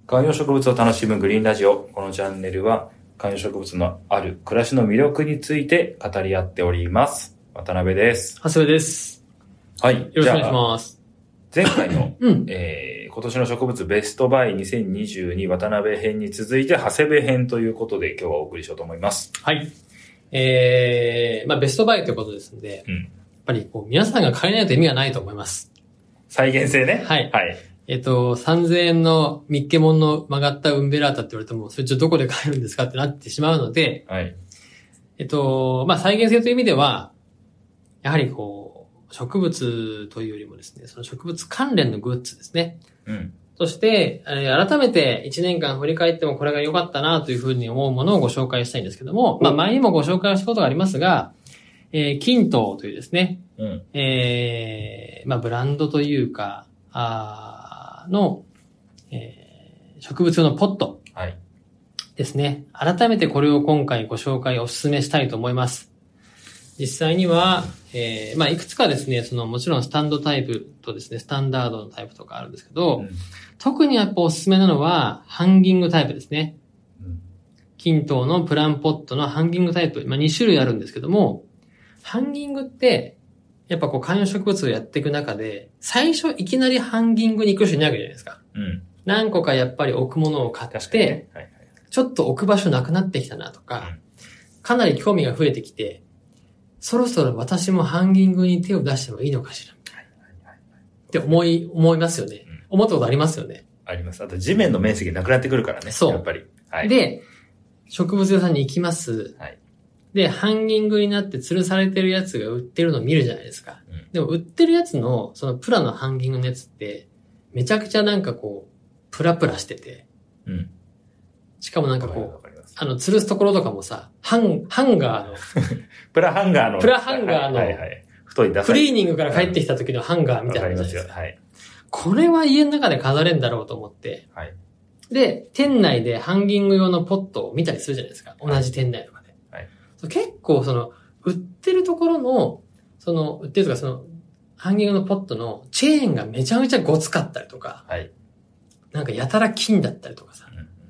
観葉植物を楽しむグリーンラジオ。このチャンネルは観葉植物のある暮らしの魅力について語り合っております。渡辺です。 長谷部です。 はい。 よろしくお願いします。 前回の、今年の植物ベストバイ2022渡辺編に続いて長谷部編ということで今日はお送りしようと思います。 はい。ベストバイということですので、やっぱり皆さんが買えないと意味がないと思います。 再現性ね。 はい。 はい。 3000円のミッケモンの曲がったウンベラータって言われても、それどこで買えるんですかってなってしまうので、 はい。 再現性という意味では、やはり植物というよりもですね、その植物関連のグッズですね。そして、改めて1年間振り返ってもこれが良かったなというふうに思うものをご紹介したいんですけども、前にもご紹介したことがありますが、キントーというですね、ブランドというか、の、植物用のポットですね。改めてこれを今回ご紹介お勧めしたいと思います。実際には、いくつかですね、もちろんスタンドタイプとですね、スタンダードのタイプとかあるんですけど、特にやっぱおすすめなのは、ハンギングタイプですね。キントーのプランポットのハンギングタイプ、2種類あるんですけども、ハンギングって、やっぱ観葉植物をやっていく中で、最初いきなりハンギングに行く人いないわけじゃないですか。何個かやっぱり置くものを買って、ちょっと置く場所なくなってきたなとか、かなり興味が増えてきて、そろそろ私もハンギングに手を出してもいいのかしらって思いますよね。思ったことありますよね。 あります。あと地面の面積なくなってくるからね。 そう。 やっぱり。 はい、で、植物屋さんに行きます。はい、で、ハンギングになって吊るされてるやつが売ってるのを見るじゃないですか。でも売ってるやつの、そのプラのハンギングのやつって、めちゃくちゃプラプラしてて。しかも吊るすところとかもさ、ハンガーの。 プラハンガーの。 太いダサい。クリーニングから帰ってきた時のハンガーみたいなのじゃないですか。これは家の中で飾れんだろうと思って。で、店内でハンギング用のポットを見たりするじゃないですか。同じ店内とかで。結構売ってるところの、売ってるとかハンギングのポットのチェーンがめちゃめちゃごつかったりとか。なんかやたら金だったりとかさ。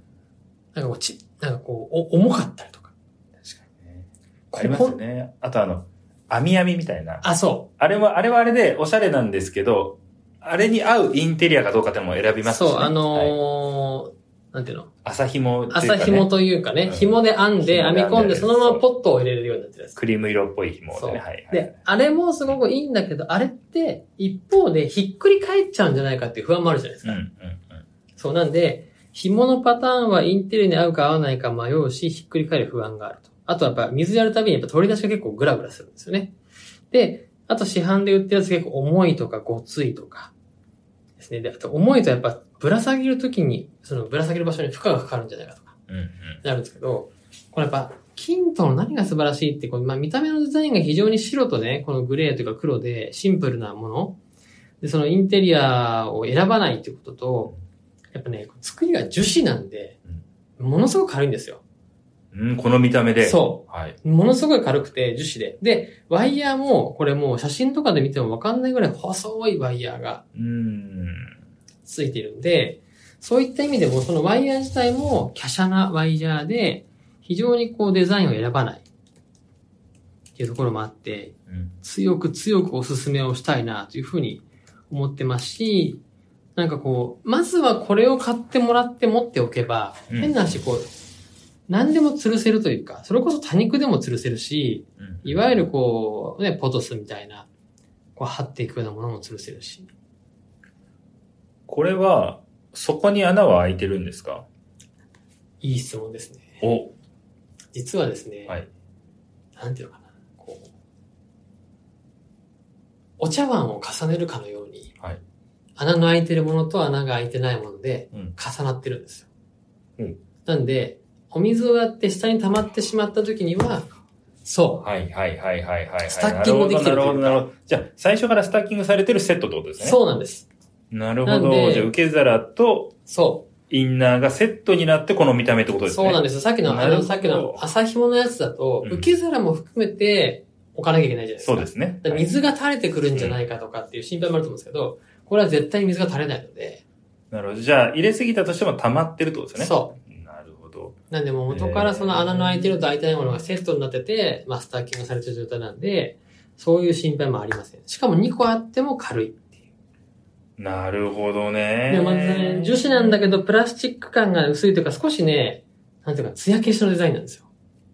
重かったりとか。 確かにね。ありますよね。あと網みたいな。 あ、そう。 あれはあれでおしゃれなんですけど、あれに合うインテリアかどうかってのも選びますしね。 そう、なんていうの？ 麻紐っていうかね。 麻紐というかね、紐で編んで編み込んでそのままポットを入れれるようになってるやつ。 クリーム色っぽい紐でね。 で、あれもすごくいいんだけど、あれって一方でひっくり返っちゃうんじゃないかっていう不安もあるじゃないですか。そうなんで、紐のパターンはインテリアに合うか合わないか迷うし、ひっくり返る不安があると。あとはやっぱ水やるたびに取り出しが結構グラグラするんですよね。で、あと市販で売ってるやつ結構重いとかごついとかですね。で、あと重いとやっぱぶら下げるときに、ぶら下げる場所に負荷がかかるんじゃないかとか、なるんですけど、これやっぱ、キントの何が素晴らしいって、見た目のデザインが非常に白とね、このグレーというか黒でシンプルなもの。で、そのインテリアを選ばないっていうことと、やっぱね、作りが樹脂なんで、ものすごく軽いんですよ。 この見た目で。 そう。ものすごい軽くて樹脂で。で、ワイヤーも、これもう写真とかで見てもわかんないぐらい細いワイヤーがついてるんで、そういった意味でもそのワイヤー自体も華奢なワイヤーで、非常にデザインを選ばないっていうところもあって、強くおすすめをしたいなというふうに思ってますし、まずはこれを買ってもらって持っておけば、変な話何でも吊るせるというか、それこそ多肉でも吊るせるし、いわゆるポトスみたいな、張っていくようなものも吊るせるし。 これは、そこに穴は開いてるんですか？ いい質問ですね。実はですね、なんていうのかな、お茶碗を重ねるかのように、穴の開いてるものと穴が開いてないもので重なってるんですよ。なんで、お水をやって下に溜まってしまった時には、そう。スタッキングできてるというか。 なるほど。じゃあ、最初からスタッキングされてるセットってことですね。 そうなんです。 なるほど。じゃあ、受け皿と、インナーがセットになってこの見た目ってことですね。 そうなんですよ。さっきの麻紐のやつだと、受け皿も含めて置かなきゃいけないじゃないですか。 そうですね。 水が垂れてくるんじゃないかとかっていう心配もあると思うんですけど、これは絶対に水が垂れないので、 なるほど。じゃあ、入れすぎたとしても溜まってるってことですよね。 そう。 なるほど。 なんでも元からその穴の開いてると開いてないものがセットになってて、マスターキングされてる状態なんで、そういう心配もありません。しかも2個あっても軽いっていう。 なるほどね。 で、まずね、樹脂なんだけど、プラスチック感が薄いというか、少しね、なんていうか、艶消しのデザインなんですよ。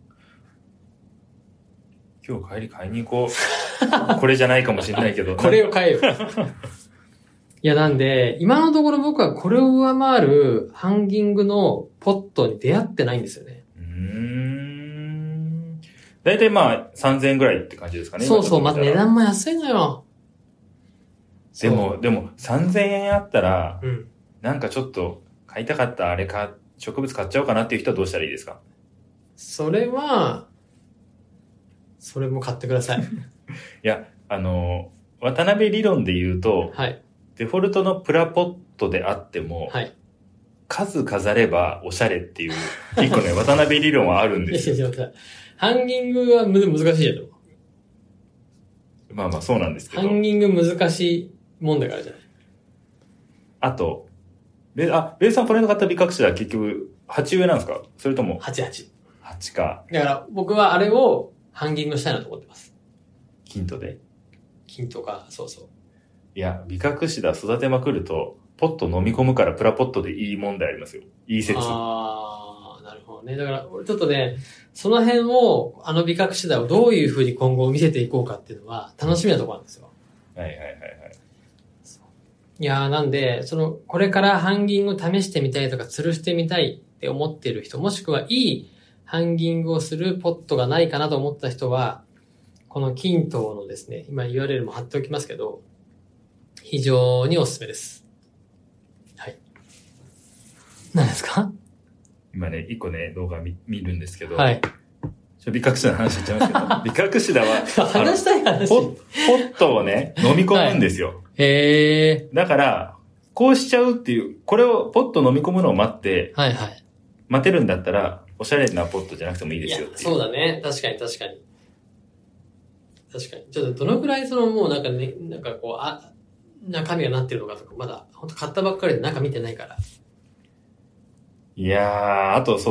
今日帰り買いに行こう。これじゃないかもしれないけど。 これを買えよ。いや、なんで、今のところ僕はこれを上回るハンギングのポットに出会ってないんですよね。 だいたいまあ3000円ぐらいって感じですかね。 そうそう、また値段も安いのよ。 でも3000円あったら、なんかちょっと買いたかったあれか、植物買っちゃおうかなっていう人はどうしたらいいですか？ それは、それも買ってください。いや、渡辺理論で言うと、 はい。 デフォルトのプラポットであっても、はい。数飾ればおしゃれっていう、一個ね、渡辺理論はあるんですよ。 ハンギングは難しいやろ。 まあまあそうなんですけど。 ハンギング難しいもんだからじゃない。 あと、ベイさんこの間買った美隠しは結局、鉢植えなんですか？それとも 8。 鉢か。 だから僕はあれをハンギングしたいなと思ってます。 金とで。 金とか、そうそう。 いや、美隠しだ育てまくると、ポット飲み込むからプラポットでいい問題ありますよ。いい説。 ああ、なるほどね。だから俺ちょっとね、その辺を、美隠しだをどういう風に今後見せていこうかっていうのは楽しみなところなんですよ。 はい。 いやーなんで、これからハンギングを試してみたいとか吊るしてみたいって思っている人、もしくはいいハンギングをするポットがないかなと思った人は、この金刀のですね、今 URL も貼っておきますけど、非常におすすめです。はい。何ですか？ 今ね、一個ね、動画見るんですけど、 はい。 美隠しの話言っちゃいますけど、美隠しだは、 話したい話。 ポットをね、飲み込むんですよ。はい、 へー。 だから、こうしちゃうっていう、これを、ポット飲み込むのを待って、 はいはい。 待てるんだったら、おしゃれなポットじゃなくてもいいですよっていう。 そうだね。確かに。確かに。ちょっとどのくらいもうなんかね、なんかこう、中身がなってるのかとか、まだ、ほんと買ったばっかりで中見てないから。 いやー、あと、そう。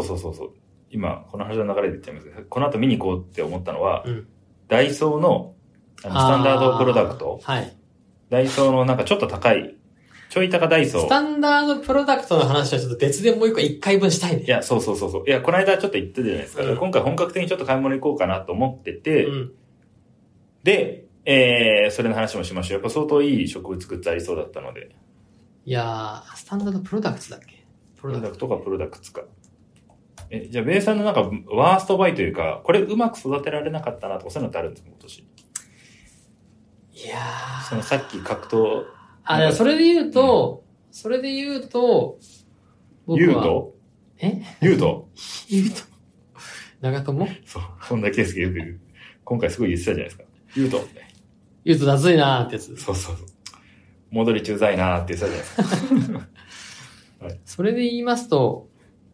今、この話の流れで言っちゃいますけど、この後見に行こうって思ったのは、ダイソーの、スタンダードプロダクト。はい。ダイソーのなんかちょっと高い、ちょい高ダイソー。 スタンダードプロダクトの話はちょっと別でもう一回分したいね。 いや、そう。いや、この間ちょっと言ってたじゃないですか。今回本格的にちょっと買い物行こうかなと思ってて、で、それの話もしましょう。やっぱ相当いい植物グッズありそうだったので。 いやー、スタンダードプロダクツだっけ？ プロダクトかプロダクツか。じゃあ、ベイさんのなんか、ワーストバイというか、これうまく育てられなかったなとか、そういうのってあるんですか、今年。 いやー。 そのさっき格闘。 それで言うと、僕は。 言うと長友？ そう。本田圭佑よく言う。今回すごい言ってたじゃないですか。言うとだずいなーってやつ。 そう。戻り中ざいなーって言ってたじゃないですか。 はい、それで言いますと、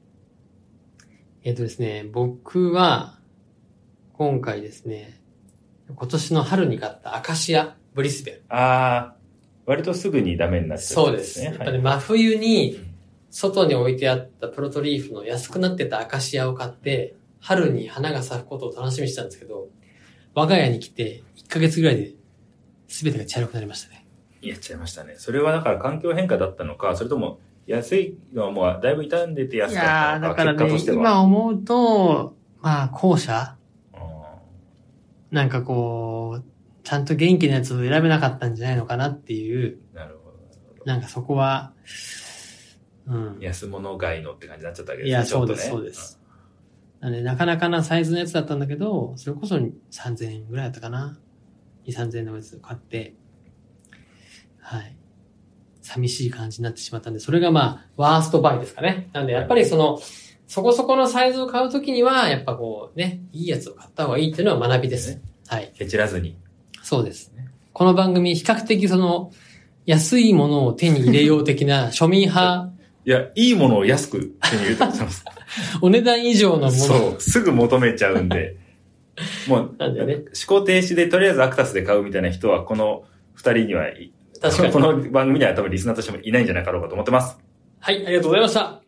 ですね、僕は、今回ですね、今年の春に買ったアカシアブリスベル。 割とすぐにダメになっちゃったそうです。やっぱり真冬に、外に置いてあったプロトリーフの安くなってたアカシアを買って、春に花が咲くことを楽しみにしたんですけど、我が家に来て1ヶ月ぐらいで全てが茶色くなりましたね。 やっちゃいましたね。それはだから環境変化だったのか、それとも安いのはもうだいぶ傷んでて安かったのか、 だからね、今思うと、後者なんかこう、ちゃんと元気なやつを選べなかったんじゃないのかなっていう。 なるほど。 なんかそこは、 安物買いのって感じになっちゃったわけですね。 いや、そうです。なんで、なかなかなサイズのやつだったんだけど、それこそ3000円ぐらいだったかな。2、3000円のやつを買って、はい。寂しい感じになってしまったんで、それがワーストバイですかね。なんで、やっぱりそこそこのサイズを買うときには、やっぱこうね、いいやつを買った方がいいっていうのは学びです。はい。 ケチらずに。 そうです。この番組、比較的安いものを手に入れよう的な庶民派。 いや、いいものを安く手に入れてます。 お値段以上のもの。 そう、すぐ求めちゃうんで。もう、なんでね、思考停止でとりあえずアクタスで買うみたいな人は、この二人には確かに。 この番組には多分リスナーとしてもいないんじゃなかろうかと思ってます。 はい、ありがとうございました。